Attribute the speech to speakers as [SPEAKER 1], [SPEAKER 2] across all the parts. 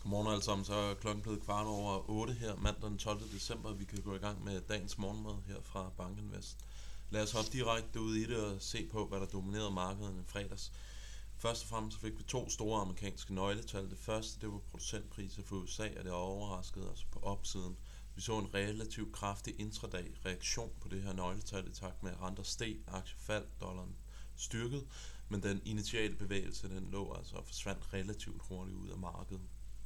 [SPEAKER 1] Godmorgen alle sammen, så er klokken blevet 7:15 her mandag den 12. december. Vi kan gå i gang med dagens morgenmad her fra Bankinvest. Lad os hoppe direkte ud i det og se på, hvad der dominerede markedet i fredags. Først og fremmest fik vi to store amerikanske nøgletal. Det første, det var producentpriser for USA, og det overraskede os på opsiden. Vi så en relativt kraftig intradag reaktion på det her nøgletal i takt med, at renter steg, aktier faldt, dollaren styrket, men den initiale bevægelse, den lå altså og forsvandt relativt hurtigt ud af markedet.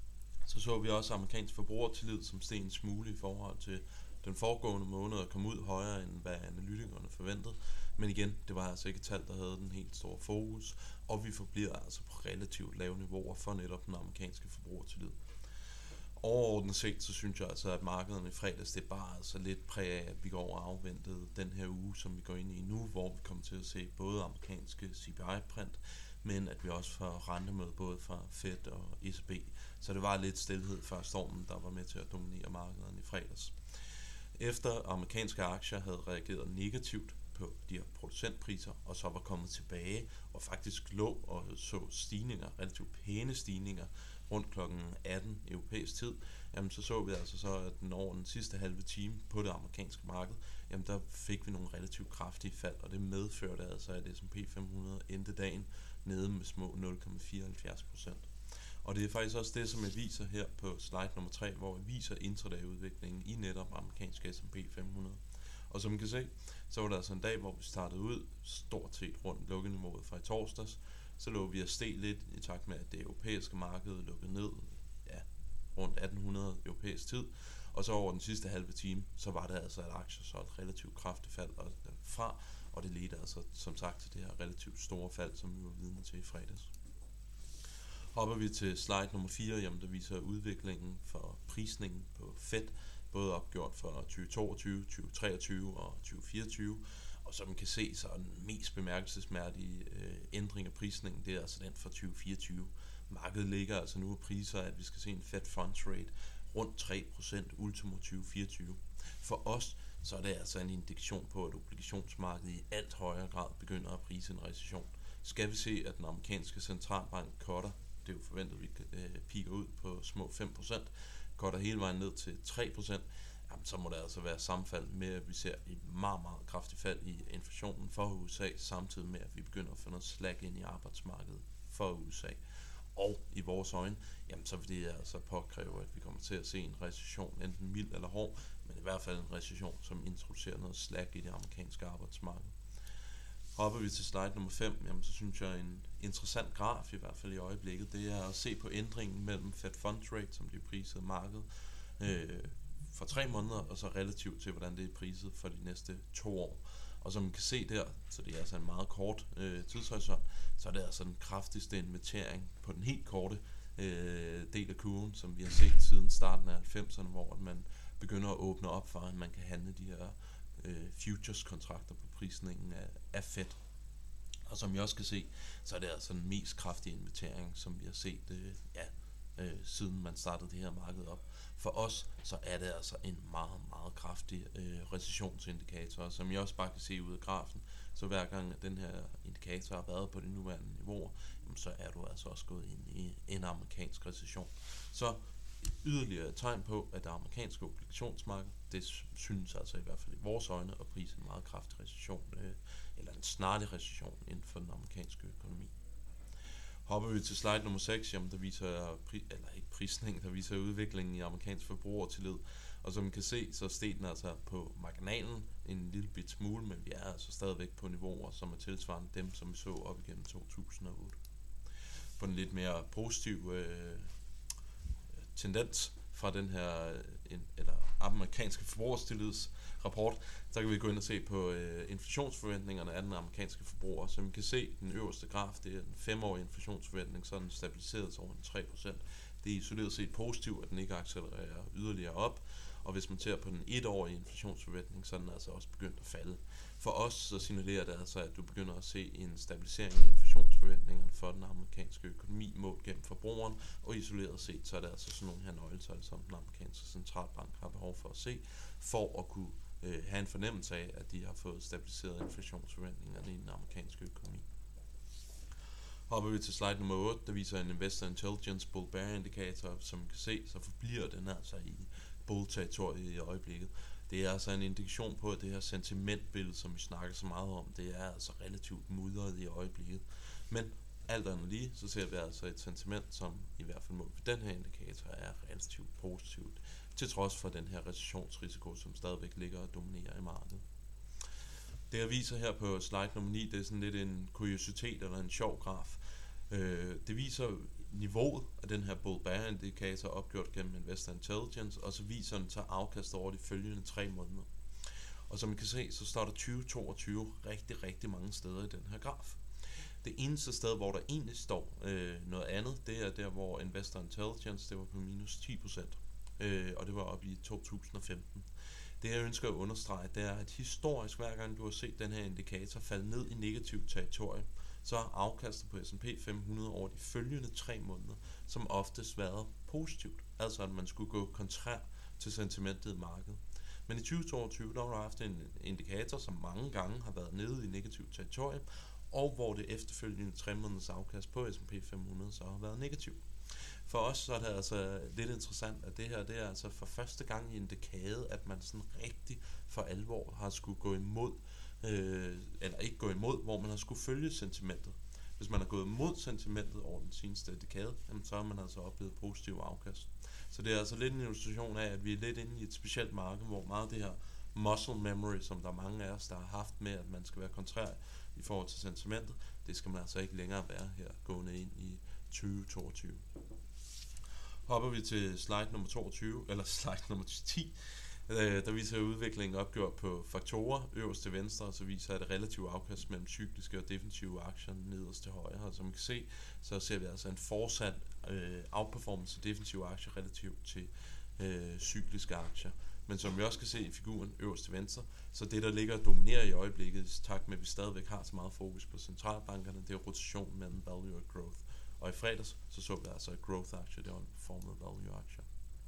[SPEAKER 1] Så vi også amerikansk forbrugertillid, som steg en smule i forhold til den foregående måned og kom ud højere, end hvad analytikerne forventede. Men igen, det var altså ikke et tal, der havde den helt store fokus, og vi forbliver altså på relativt lave niveauer for netop den amerikanske forbrugertillid. Overordnet set, så synes jeg altså, at markederne i fredags, det er bare altså lidt præg af, at vi går over afventet den her uge, som vi går ind i nu, hvor vi kommer til at se både amerikanske CPI-print, men at vi også får rentemøde både fra Fed og ECB. Så det var lidt stilhed før stormen, der var med til at dominere markederne i fredags. Efter amerikanske aktier havde reageret negativt på de her producentpriser, og så var kommet tilbage og faktisk lå og så stigninger, relativt pæne stigninger, rundt klokken 18 europæisk tid, jamen så vi altså så, at over den sidste halve time på det amerikanske marked, jamen der fik vi nogle relativt kraftige fald, og det medførte altså, at S&P 500 endte dagen nede med små 0,74%. Og det er faktisk også det, som jeg viser her på slide nummer 3, hvor jeg viser intraday-udviklingen i netop amerikanske S&P 500. Og som man kan se, så var der altså en dag, hvor vi startede ud stort set rundt lukkeniveauet fra i torsdags. Så lå vi at steg lidt i takt med, at det europæiske marked lukkede ned rundt 1800 europæisk tid. Og så over den sidste halve time, så var det altså, at aktier så et relativt kraftigt fald fra, og det ledte altså som sagt til det her relativt store fald, som vi var vidne til i fredags. Hopper vi til slide nummer 4, jamen der viser udviklingen for prisningen på Fed, både opgjort for 2022, 2023 og 2024. Og som man kan se, så er den mest bemærkelsesværdige ændring af prisningen, det er altså den for 2024. Markedet ligger altså nu og priser, at vi skal se en Fed Funds Rate rundt 3% ultimo 2024. For os, så er det altså en indikation på, at obligationsmarkedet i alt højere grad begynder at prise en recession. Skal vi se, at den amerikanske centralbank cutter, det er jo forventet, at vi piker ud på små 5%, cutter hele vejen ned til 3%, jamen, så må der altså være sammenfald med, at vi ser et meget, meget kraftigt fald i inflationen for USA, samtidig med, at vi begynder at få noget slag ind i arbejdsmarkedet for USA. Og i vores øjne, jamen, så vil det altså påkræve, at vi kommer til at se en recession, enten mild eller hård, men i hvert fald en recession, som introducerer noget slag i det amerikanske arbejdsmarked. Hopper vi til slide nummer 5, jamen, så synes jeg en interessant graf, i hvert fald i øjeblikket, det er at se på ændringen mellem Fed Funds Rate, som bliver priset af markedet, for 3 måneder, og så relativt til, hvordan det er priset for de næste 2 år. Og som man kan se der, så det er altså en meget kort tidshorisont, så er det altså den kraftigste investering på den helt korte del af kurven, som vi har set siden starten af 90'erne, hvor man begynder at åbne op for, at man kan handle de her futures-kontrakter på prisningen af Fed. Og som I også kan se, så er det altså den mest kraftige investering, som vi har set siden man startede det her marked op. For os, så er det altså en meget, meget kraftig recessionsindikator. Som I også bare kan se ud af grafen, så hver gang at den her indikator har været på de nuværende niveauer, så er du altså også gået ind i en amerikansk recession. Så yderligere tegn på, at det amerikanske obligationsmarked, det synes altså i hvert fald i vores øjne at prise en meget kraftig recession, eller en snarlig recession inden for den amerikanske økonomi. Hopper vi til slide nummer 6, jamen der viser prisning, der viser udviklingen i amerikansk forbrugertillid. Og som man kan se, så steg den altså på marginalen en lille bit smule, men vi er altså stadigvæk på niveauer, som er tilsvarende dem, som vi så op igennem 2008. På en lidt mere positiv tendens fra den her amerikanske forbrugertillidsrapport, så kan vi gå ind og se på inflationsforventningerne af den amerikanske forbruger. Som vi kan se, den øverste graf, det er den 5-årige inflationsforventning, så er den stabiliseret over 3%. Det er isoleret set positivt, at den ikke accelererer yderligere op, og hvis man ser på den 1-årige inflationsforventning, så er den altså også begyndt at falde. For os så signalerer det altså, at du begynder at se en stabilisering i inflationsforventningerne for den amerikanske økonomi målt gennem forbrugeren, og isoleret set, så er det altså sådan nogle her nøgletal, som den amerikanske centralbank har behov for at se, for at kunne have en fornemmelse af, at de har fået stabiliseret inflationsforventningerne i den amerikanske økonomi. Hopper vi til slide nummer 8, der viser en Investor Intelligence Bull Bear indikator. Som man kan se, så forbliver den altså i bull-territoriet i øjeblikket. Det er altså en indikation på, at det her sentimentbillede, som vi snakker så meget om, det er altså relativt mudret i øjeblikket. Men alt andet lige, så ser vi altså et sentiment, som i hvert fald målt ved den her indikator er relativt positivt, til trods for den her recessionsrisiko, som stadigvæk ligger og dominerer i markedet. Det jeg viser her på slide nummer 9, det er sådan lidt en kuriositet eller en sjov graf. Det viser niveauet af den her bull bear indikator opgjort gennem Investor Intelligence, og så viser den så afkast over de følgende 3 måneder. Og som I kan se, så står der 2022 rigtig mange steder i den her graf. Det eneste sted, hvor der egentlig står noget andet, det er der, hvor Investor Intelligence, det var på minus 10%, og det var oppe i 2015. Det jeg ønsker at understrege, det er, at historisk hver gang du har set den her indikator falde ned i negativt territorium, så har afkastet på S&P 500 over de følgende 3 måneder, som oftest været positivt. Altså at man skulle gå kontrær til sentimentet i markedet. Men i 2022, der har du haft en indikator, som mange gange har været nede i negativt territorium, og hvor det efterfølgende 3 måneders afkast på S&P 500 så har været negativt. For os så er det altså lidt interessant, at det her det er altså for første gang i en dekade, at man sådan rigtig for alvor har skulle gå imod, eller ikke gå imod, hvor man har skulle følge sentimentet. Hvis man har gået imod sentimentet over den seneste dekade, så har man altså oplevet positiv afkast. Så det er altså lidt en illustration af, at vi er lidt inde i et specielt marked, hvor meget det her muscle memory, som der er mange af os, der har haft med, at man skal være kontrær i forhold til sentimentet, det skal man altså ikke længere være her, gående ind i 2022. Hopper vi til slide nummer 22, eller slide nummer 10, der viser udviklingen opgjort på faktorer øverst til venstre, og så viser det relative afkast mellem cykliske og defensive aktier nederst til højre. Og som man kan se, så ser vi altså en fortsat outperformance af defensive aktier relativt til cykliske aktier. Men som vi også kan se i figuren øverst til venstre, så det der ligger og dominerer i øjeblikket, i takt med at vi stadigvæk har så meget fokus på centralbankerne, det er rotation mellem value og growth. Og i fredags, så vi altså et growth-aktie, det var en performance value-aktie.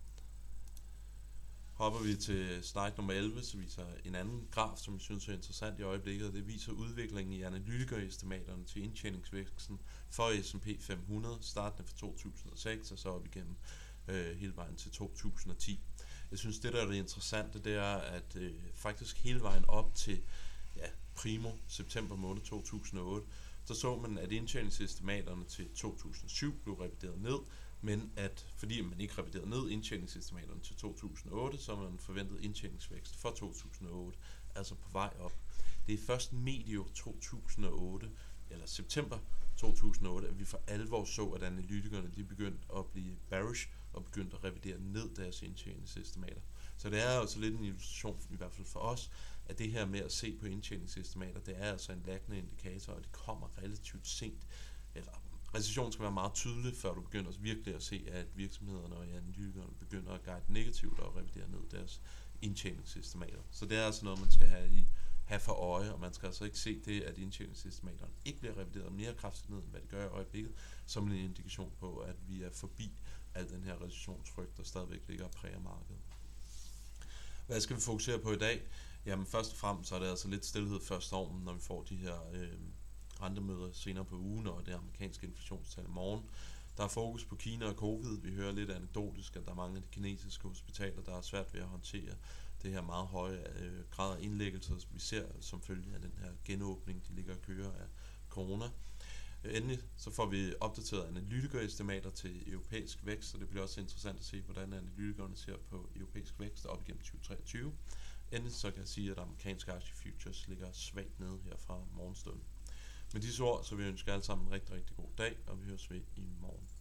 [SPEAKER 1] Hopper vi til slide nummer 11, så viser en anden graf, som jeg synes er interessant i øjeblikket, og det viser udviklingen i analytikerestimaterne til indtjeningsvæksten for S&P 500, startende fra 2006 og så op igennem hele vejen til 2010. Jeg synes, det der er det interessante, det er, at faktisk hele vejen op til primo september måned 2008, så man, at indtjeningsestimaterne til 2007 blev revideret ned, men at fordi man ikke reviderede ned indtjeningsestimaterne til 2008, så man forventet indtjeningsvækst for 2008, altså på vej op. Det er først medio 2008, eller september 2008, at vi for alvor så, at analytikerne de begyndte at blive bearish og begyndte at revidere ned deres indtjeningsestimater. Så det er altså lidt en illustration, i hvert fald for os, at det her med at se på indtjeningsestimater, det er altså en laggende indikator, og det kommer relativt sent. Eller recession skal være meget tydelig, før du begynder virkelig at se, at virksomhederne og analytikerne begynder at guide negativt og revidere ned deres indtjeningsestimater. Så det er altså noget, man skal have for øje, og man skal altså ikke se det, at indtjeningsestimaterne ikke bliver revideret mere kraftigt ned, end hvad det gør i øjeblikket, som en indikation på, at vi er forbi al den her recessionsfrygt, der stadigvæk ligger og præger markedet. Hvad skal vi fokusere på i dag? Jamen først og fremmest så er det altså lidt stillhed før stormen, når vi får de her rentemøder senere på ugen og det amerikanske inflationstal i morgen. Der er fokus på Kina og covid. Vi hører lidt anekdotisk, at der er mange af de kinesiske hospitaler, der er svært ved at håndtere det her meget høje grad af indlæggelser, vi ser som følge af den her genåbning, de ligger og kører af corona. Endelig så får vi opdateret analytikerestimater til europæisk vækst, og det bliver også interessant at se, hvordan analytikerne ser på europæisk vækst op igennem 2023. Endelig så kan jeg sige, at amerikanske aktiefutures ligger svagt nede her fra morgenstunden. Med disse ord, så vil jeg ønske alle sammen en rigtig god dag, og vi høres ved i morgen.